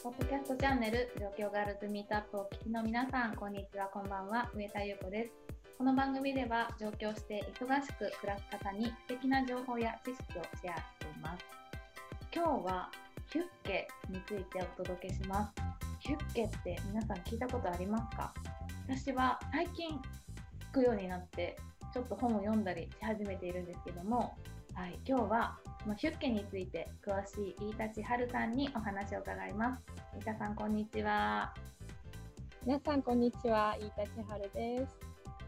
ポッドキャストチャンネル上京ガールズミートアップをお聞きの皆さん、こんにちは、こんばんは。上田優子です。この番組では上京して忙しく暮らす方に素敵な情報や知識をシェアしています。今日はヒュッケについてお届けします。ヒュッケって皆さん聞いたことありますか？私は最近聞くようになってちょっと本を読んだりし始めているんですけども、はい、今日はヒュッケについて詳しい飯田千春さんにお話を伺います。飯田さん、こんにちは。 皆さんこんにちは、飯田千春です。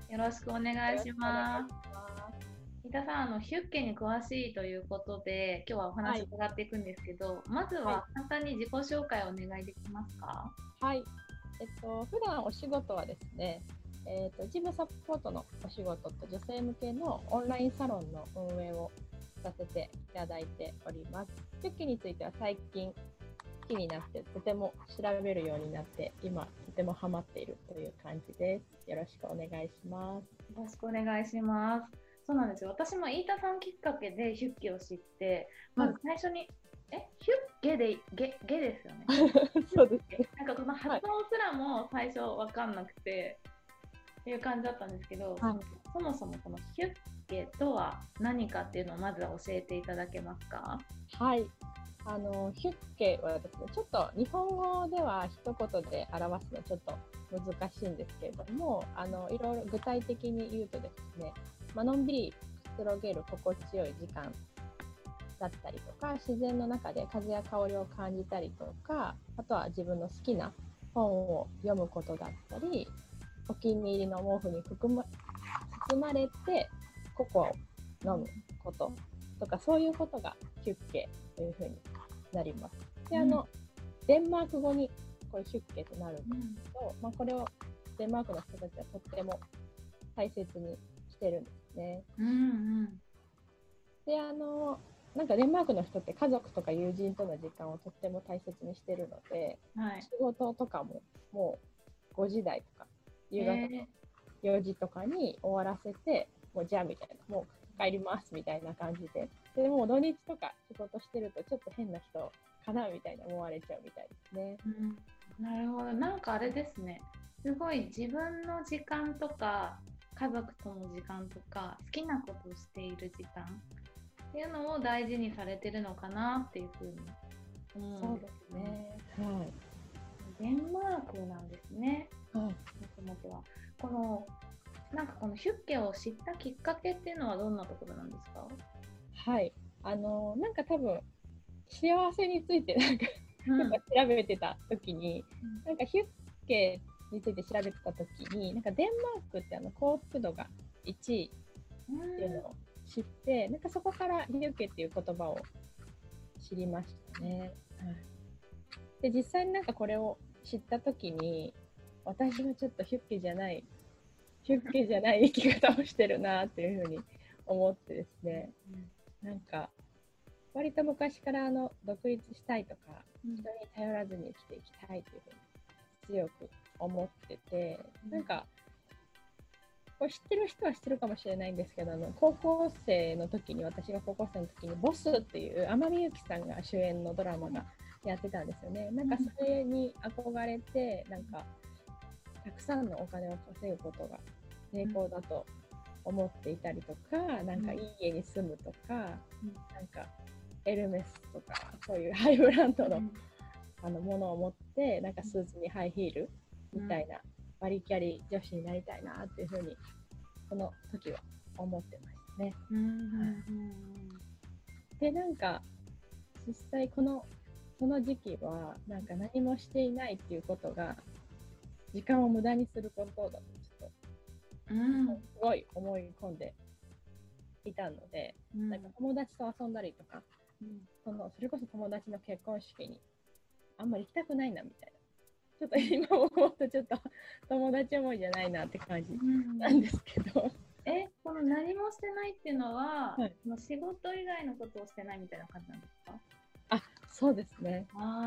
よろしくお願いします。飯田さん、ヒュッケに詳しいということで今日はお話を伺っていくんですけど、まずは簡単に自己紹介をお願いできますか？ はい、普段お仕事はですね、事務サポートのお仕事と女性向けのオンラインサロンの運営をさせていただいております。ヒュッケについては最近好きになってとても調べるようになって今とてもハマっているという感じです。よろしくお願いします。 よろしくお願いします。そうなんですよ。私も飯田さんきっかけでヒュッケを知って、まず最初に、ヒュッケでゲですよね。 そうですね。 なんかこの発音すらも最初わかんなくて、っていう感じだったんですけど、そもそもこのヒュッケとは何かっていうのをまずは教えていただけますか？ はい。ヒュッケはですね、ちょっと日本語では一言で表すのちょっと難しいんですけれども、いろいろ具体的に言うとですね、のんびりくつろげる心地よい時間だったりとか、自然の中で風や香りを感じたりとか、あとは自分の好きな本を読むことだったり、お気に入りの毛布に包まれてココアを飲むこととか、そういうことがヒュッケというふうになります。で、デンマーク語にこれヒュッケとなるんですけど、これをデンマークの人たちはとっても大切にしてるんですね。で、なんかデンマークの人って家族とか友人との時間をとっても大切にしてるので、仕事とかももう5時台とか夕方の4時とかに終わらせて、もうじゃあみたいな、もう帰りますみたいな感じで、でもう土日とか仕事してるとちょっと変な人かなみたいな思われちゃうみたいですね。 なるほど。なんかあれですね、すごい自分の時間とか家族との時間とか好きなことをしている時間っていうのを大事にされてるのかなっていうふうに思うんですね。 はい。 デンマークなんですね。もともとはこのヒュッケを知ったきっかけっていうのはどんなところなんですか？ はい。なんか多分幸せについてなんか調べてた時に、なんかヒュッケについて調べてた時に、なんかデンマークって幸福度が1位っていうのを知って、なんかそこからヒュッケっていう言葉を知りましたね。で、実際になんかこれを知った時に、私はちょっとヒュッケじゃない生き方をしてるなっていうふうに思ってですね、なんか割と昔から独立したいとか、人に頼らずに生きていきたいというふうに強く思ってて、なんかこれ知ってる人は知ってるかもしれないんですけど、高校生の時に、私が高校生の時にボスっていう天海祐希さんが主演のドラマがやってたんですよね。なんかそれに憧れて、なんかたくさんのお金を稼ぐことが成功だと思っていたりとか、なんかいい家に住むとか、なんかエルメスとかそういうハイブランドの、ものを持って、なんかスーツにハイヒールみたいなバリキャリ女子になりたいなっていうふうにその時は思ってましたね。で、なんか実際その時期はなんか何もしていないっていうことが時間を無駄にすることだとちょっとすごい思い込んでいたので、なんか友達と遊んだりとか、それこそ友達の結婚式にあんまり行きたくないなみたいな、ちょっと今思うとちょっと友達思いじゃないなって感じなんですけど、 この何もしてないっていうのは、仕事以外のことをしてないみたいな感じなんですか？ そうですね。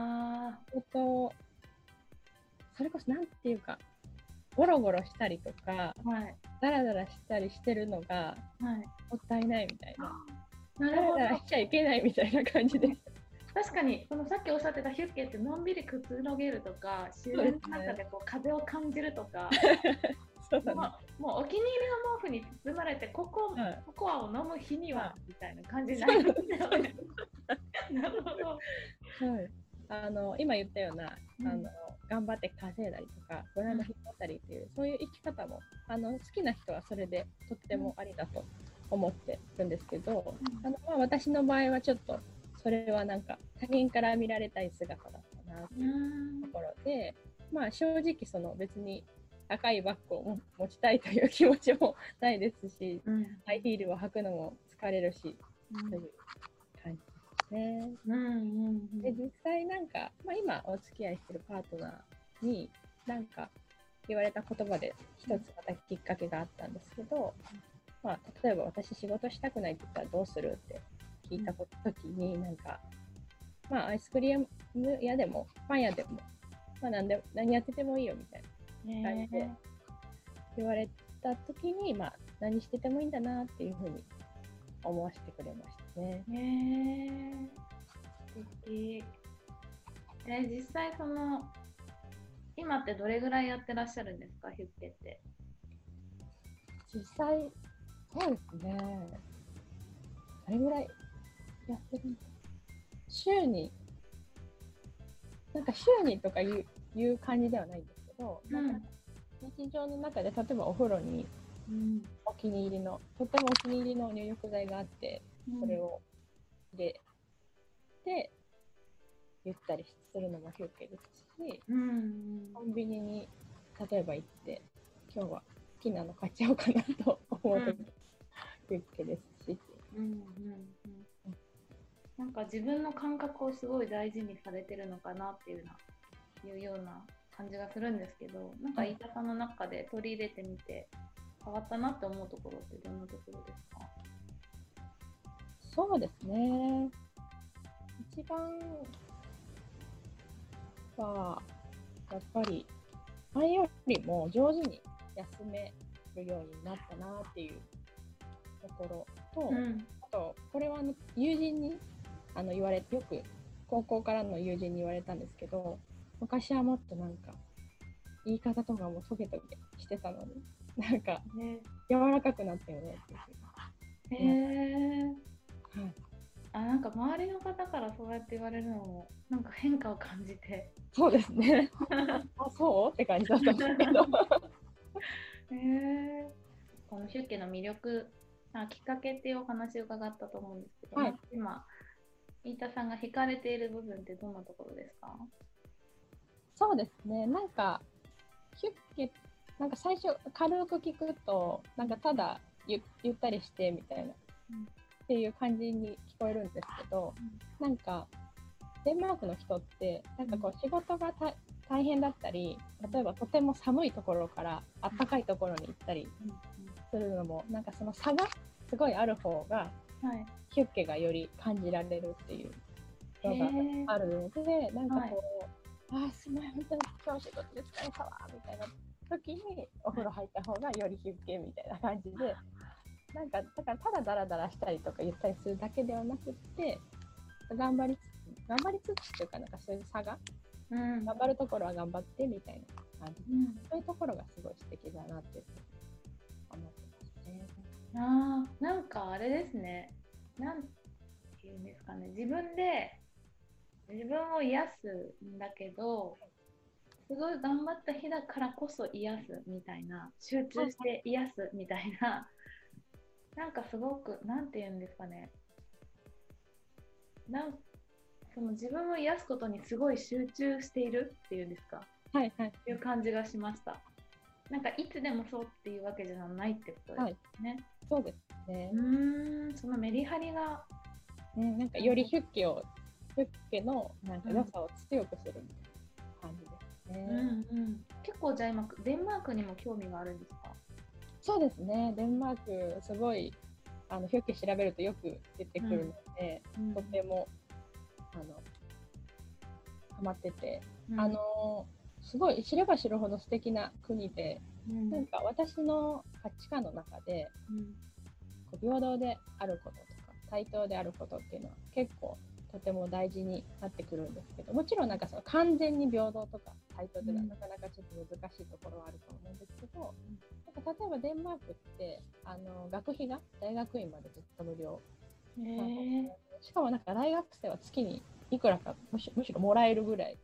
それこそなんていうか、ゴロゴロしたりとか、ダラダラしたりしてるのがもったいないみたいな、ダラダラしちゃいけないみたいな感じです。 確かにそのさっきおっしゃってたヒュッケってのんびりくつろげるとか、自然の中でこう風を感じるとか、 そうだね。 もうお気に入りの毛布に包まれてココアを飲む日にはみたいな感じになるんですよね。なるほど。 はい。今言ったような頑張って稼いだりとかブランド引っ張ったりっていう、そういう生き方も好きな人はそれでとってもありだと思ってるんですけど、私の場合はちょっとそれはなんか他人から見られたい姿だったなっていうところで、正直その別に高いバッグを持ちたいという気持ちもないですし、ハイヒールを履くのも疲れるし、という感じですね。で実際なんか、今お付き合いしてるパートナーになんか言われた言葉で一つまたきっかけがあったんですけど、例えば私仕事したくないって言ったらどうするって聞いた時に、なんかアイスクリーム屋でもパン屋でも、何やっててもいいよみたいな感じで言われた時に、何しててもいいんだなっていうふうに思わせてくれましたね。 素敵。実際その今ってどれぐらいやってらっしゃるんですか、ヒュッケって。 実際そうですね。どれぐらいやってるの？週にとかいう感じではないんですけど、日常の中で例えばお風呂にお気に入りの、とってもお気に入りの入浴剤があって、それを入れてゆったりするのもヒュッケですし、コンビニに例えば行って今日は好きなの買っちゃおうかなと思うとき、ヒュッケですし、 なんか自分の感覚をすごい大事にされてるのかなっていうような感じがするんですけど、なんか飯田さんの中で取り入れてみて変わったなって思うところってどんなところですか？ そうですね。一番はやっぱり前よりも上手に休めるようになったなっていうところと、あとこれは友人に言われて、よく高校からの友人に言われたんですけど、昔はもっとなんか言い方とかもトゲトゲしてたのに、なんか柔らかくなったよねっていう。 なんか周りの方からそうやって言われるのもなんか変化を感じて。 そうですね。そうって感じだったんですけど。 このヒュッケの魅力、きっかけっていうお話を伺ったと思うんですけど、今飯田さんが惹かれている部分ってどんなところですか？ そうですね。なんかヒュッケ、なんか最初軽く聞くとなんかただゆったりしてみたいな、っていう感じに聞こえるんですけど、なんかデンマークの人ってなんかこう仕事が大変だったり、例えばとても寒いところから暖かいところに行ったりするのも、なんかその差がすごいある方が、ヒュッケがより感じられるっていうのがあるので、なんかこう、すごい本当に今日仕事で疲れたわみたいな時にお風呂入った方がよりヒュッケみたいな感じで、なんかだからただダラダラしたりとか言ったりするだけではなくって、頑張りつつっていうか、なんかそういう差が、頑張るところは頑張ってみたいな感じ、そういうところがすごい素敵だなって思ってますね。 なんかあれですね、なんていうんですかね、自分を癒すんだけど、すごい頑張った日だからこそ癒すみたいな、集中して癒すみたいな、なんかすごく、なんていうんですかね、その自分を癒すことにすごい集中しているっていうんですか、っていう感じがしました。なんかいつでもそうっていうわけじゃないってことですね。 そうですね。 そのメリハリが、 なんかよりヒュッケのなんか良さを強くするみたいな感じですね。 結構じゃあ今デンマークにも興味があるんですか？ そうですね。デンマークすごいヒュッケ調べるとよく出てくるので、とてもハマってて、すごい知れば知るほど素敵な国で、なんか私の価値観の中で、平等であることとか対等であることっていうのは結構とても大事になってくるんですけど、もちろんなんかその完全に平等とか対等というのはなかなかちょっと難しいところはあると思うんですけど、なんか例えばデンマークって学費が大学院までずっと無料、しかもなんか大学生は月にいくらかむしろもらえるぐらい。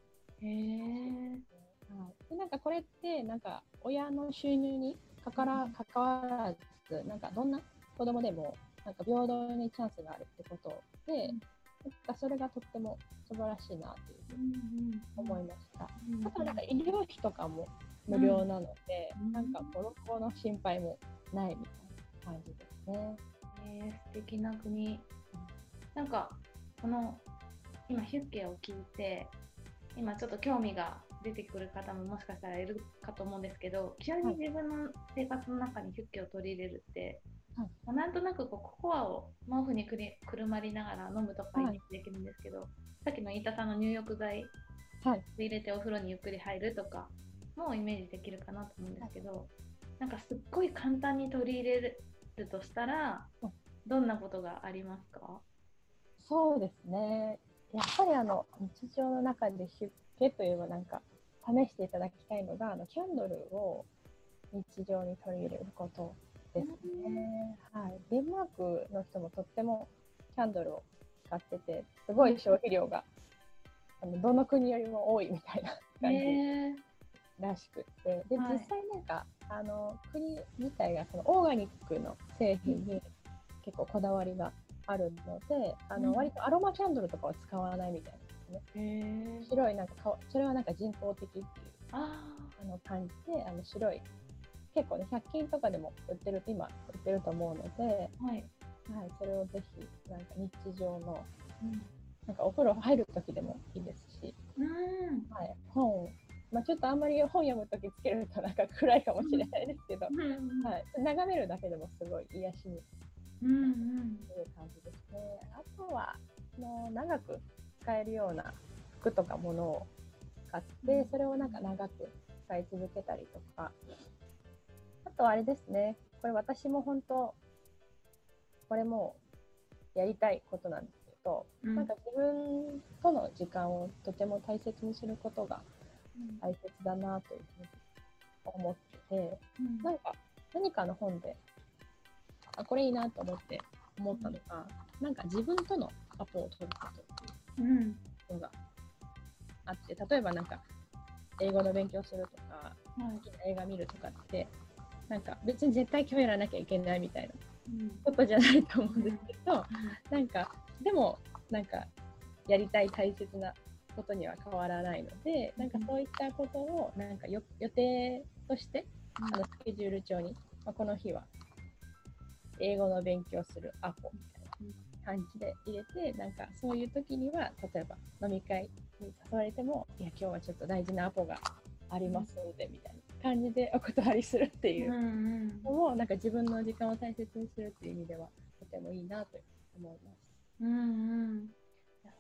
でなんかこれってなんか親の収入に関わらず、なんかどんな子供でもなんか平等にチャンスがあるってことで、なんかそれがとっても素晴らしいなというふうに思いました。あとなんか医療費とかも無料なので、なんかボロボロの心配もないみたいな感じですね。 素敵な国。なんかこの今ヒュッケを聞いて、今ちょっと興味が出てくる方ももしかしたらいるかと思うんですけど、急に自分の生活の中にヒュッケを取り入れるって、なんとなくこうココアを毛布にくるまりながら飲むとかイメージできるんですけど、さっきの飯田さんの入浴剤入れてお風呂にゆっくり入るとかもイメージできるかなと思うんですけど、なんかすっごい簡単に取り入れるとしたら、どんなことがありますか？ そうですね、やっぱり日常の中でヒュッケといえばなんか試していただきたいのがキャンドルを日常に取り入れることですね。デンマークの人もとってもキャンドルを使ってて、すごい消費量がどの国よりも多いみたいな感じらしくて、で実際なんか国自体がそのオーガニックの製品に結構こだわりがあるので、割とアロマキャンドルとかは使わないみたいですね。白いなんかそれはなんか人工的っていう感じで、白い結構ね100均とかでも今売ってると思うので、それをぜひなんか日常の、なんかお風呂入る時でもいいですし、本、ちょっとあんまり本読む時つけるとなんか暗いかもしれないですけど、眺めるだけでもすごい癒しにという感じですね。あとは長く使えるような服とかものを買って、それをなんか長く使い続けたりとか、あとはあれですね、これ私も本当これもやりたいことなんですけど、なんか自分との時間をとても大切にすることが大切だなというふうに思ってて、なんか何かの本でこれいいなと思ったのが、なんか自分とのアポを取ることっていうのがあって、例えばなんか英語の勉強するとか、好きな映画見るとかって、なんか別に絶対今日やらなきゃいけないみたいなことじゃないと思うんですけど、なんかでもなんかやりたい大切なことには変わらないので、なんかそういったことをなんか予定としてスケジュール帳に、この日は英語の勉強するアポみたいな感じで入れて、なんかそういう時には例えば飲み会に誘われても、いや今日はちょっと大事なアポがありますのでみたいな感じでお断りするっていうのも、なんか自分の時間を大切にするっていう意味ではとてもいいなと思います。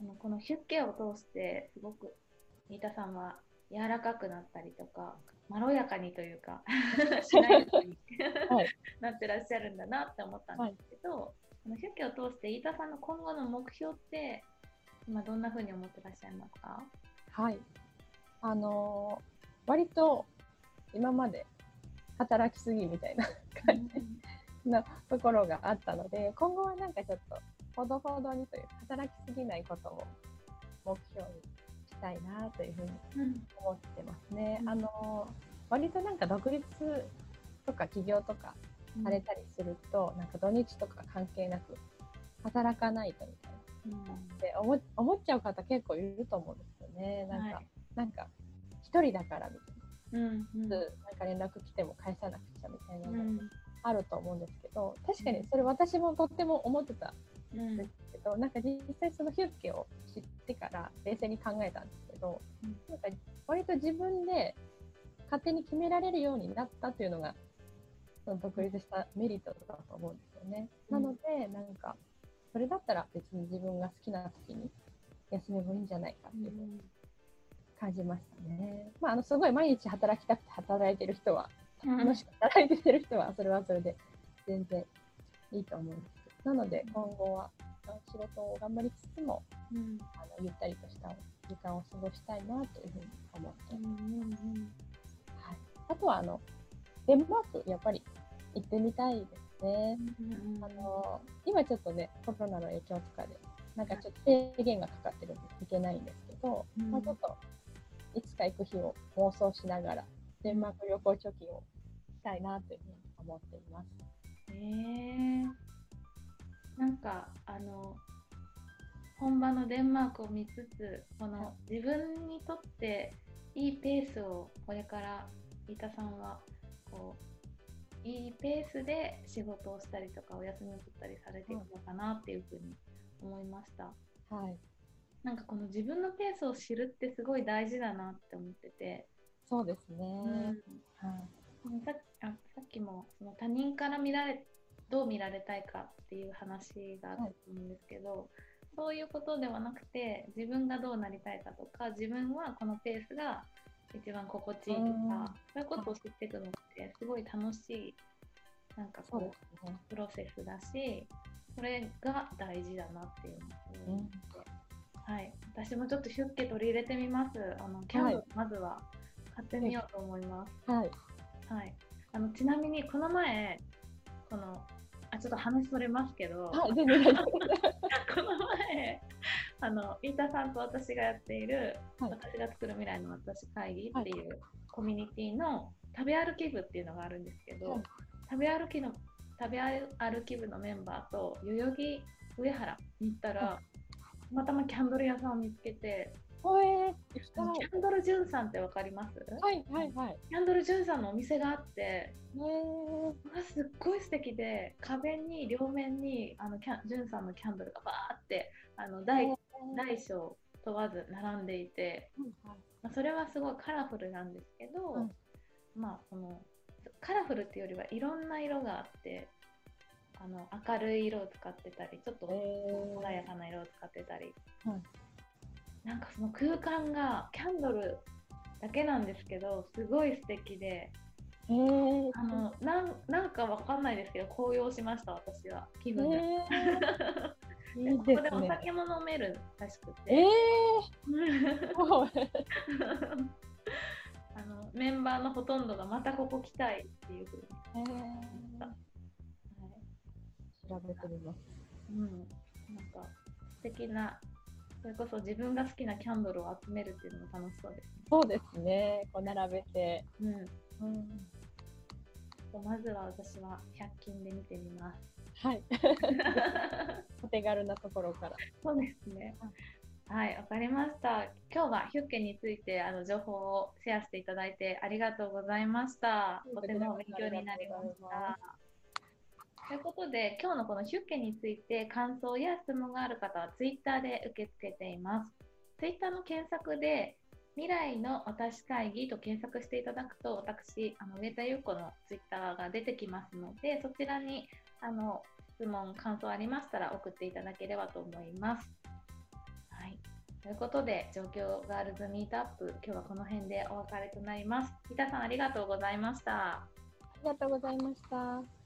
このヒュッケを通してすごく新田さんは柔らかくなったりとか、まろやかにというかしなやかになってらっしゃるんだなって思ったんですけど、このヒュッケを通して飯田さんの今後の目標って今どんな風に思ってらっしゃいますか？ 割と今まで働きすぎみたいな感じのところがあったので、今後はなんかちょっとほどほどにという働きすぎないことを目標にしたいなというふうに思ってますね。割となんか独立とか起業とかされたりすると、なんか土日とか関係なく働かないとみたいな、って思っちゃう方結構いると思うんですよね。なんか一人だからみたいな、なんか連絡来ても返さなくちゃみたいなのがあると思うんですけど、確かにそれ私もとっても思ってたんですけど、なんか実際そのヒュッケを知ってから冷静に考えたんですけど、なんか割と自分で勝手に決められるようになったというのがその独立したメリットだと思うんですよね。なのでなんかそれだったら別に自分が好きな時に休めばいいんじゃないかっていうふうに感じましたね。すごい毎日働きたくて働いてる人は、楽しく働いてる人はそれはそれで全然いいと思うんですけど、なので今後は仕事を頑張りつつも、 うん、 ゆったりとした時間を過ごしたいなというふうに思っています。はい、あとはデンマークやっぱり行ってみたいですね。今ちょっとねコロナの影響とかでなんかちょっと制限がかかってるんで行けないんですけど、まあ、ちょっといつか行く日を妄想しながらデンマーク旅行貯金をしたいなというふうに思っています。 なんか本場のデンマークを見つつ、この自分にとっていいペースをこれから飯田さんはこういいペースで仕事をしたりとかお休みを取ったりされていくのかなっていうふうに思いました。 はい。 なんかこの自分のペースを知るってすごい大事だなって思ってて。 そうですね。 さっきもその他人からどう見られたいかっていう話があったと思うんですけど、そういうことではなくて自分がどうなりたいかとか、自分はこのペースが一番心地いいとか、そういうことを知っていくのってすごい楽しいなんかこうプロセスだし、それが大事だなっていうのを思って、はい、私もちょっとヒュッケ取り入れてみます。キャンドルまずは買ってみようと思います。はい。はい。ちなみにこの前ちょっと話それますけど、この前飯田さんと私がやっている、私が作る未来の私会議っていうコミュニティの食べ歩き部っていうのがあるんですけど、食べ歩き部のメンバーと代々木上原に行ったら、たまたまキャンドル屋さんを見つけて、キャンドルジュンさんってわかります？ はいはいはい。 キャンドルジュンさんのお店があって、すっごい素敵で、壁に両面にジュンさんのキャンドルがバーって大小問わず並んでいて、それはすごいカラフルなんですけど、まあこのカラフルっていうよりはいろんな色があって、明るい色を使ってたり、ちょっと穏やかな色を使ってたり、なんかその空間がキャンドルだけなんですけどすごい素敵で、なんかわかんないですけど高揚しました、私は気分で。ここでお酒も飲めるらしくて、メンバーのほとんどがまたここ来たいっていうふうに言いました。 調べてみます。 なんか素敵な、それこそ自分が好きなキャンドルを集めるっていうのも楽しそうですね。 そうですね。こう並べて。 まずは私は100均で見てみます。 はい。お手軽なところから。 そうですね。はい、わかりました。今日はヒュッケについて情報をシェアしていただいてありがとうございました。とても勉強になりました。ということで、今日のこのヒュッケについて感想や質問がある方はツイッターで受け付けています。ツイッターの検索で未来の私会議と検索していただくと、私、上田優子のツイッターが出てきますので、そちらに質問、感想ありましたら送っていただければと思います。はい。ということで、上京ガールズミートアップ、今日はこの辺でお別れとなります。三田さん、ありがとうございました。 ありがとうございました。